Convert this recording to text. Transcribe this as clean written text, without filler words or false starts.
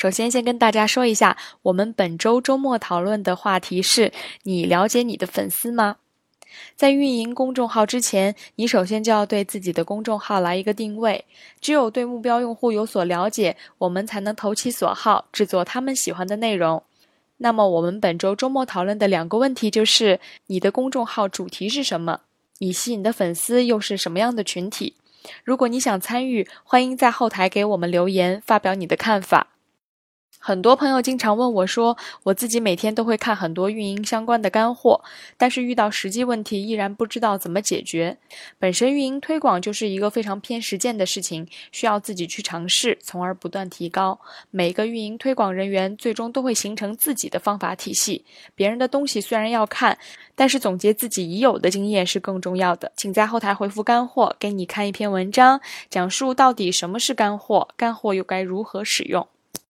首先跟大家说一下，我们本周周末讨论的话题是：你了解你的粉丝吗？在运营公众号之前，你首先就要对自己的公众号来一个定位。只有对目标用户有所了解，我们才能投其所好，制作他们喜欢的内容。那么我们本周周末讨论的2个问题就是：你的公众号主题是什么？你吸引的粉丝又是什么样的群体？如果你想参与，欢迎在后台给我们留言，发表你的看法。很多朋友经常问我说，我自己每天都会看很多运营相关的干货，但是遇到实际问题依然不知道怎么解决。本身运营推广就是一个非常偏实践的事情，需要自己去尝试，从而不断提高。每个运营推广人员最终都会形成自己的方法体系，别人的东西虽然要看，但是总结自己已有的经验是更重要的。请在后台回复干货，给你看一篇文章，讲述到底什么是干货，干货又该如何使用。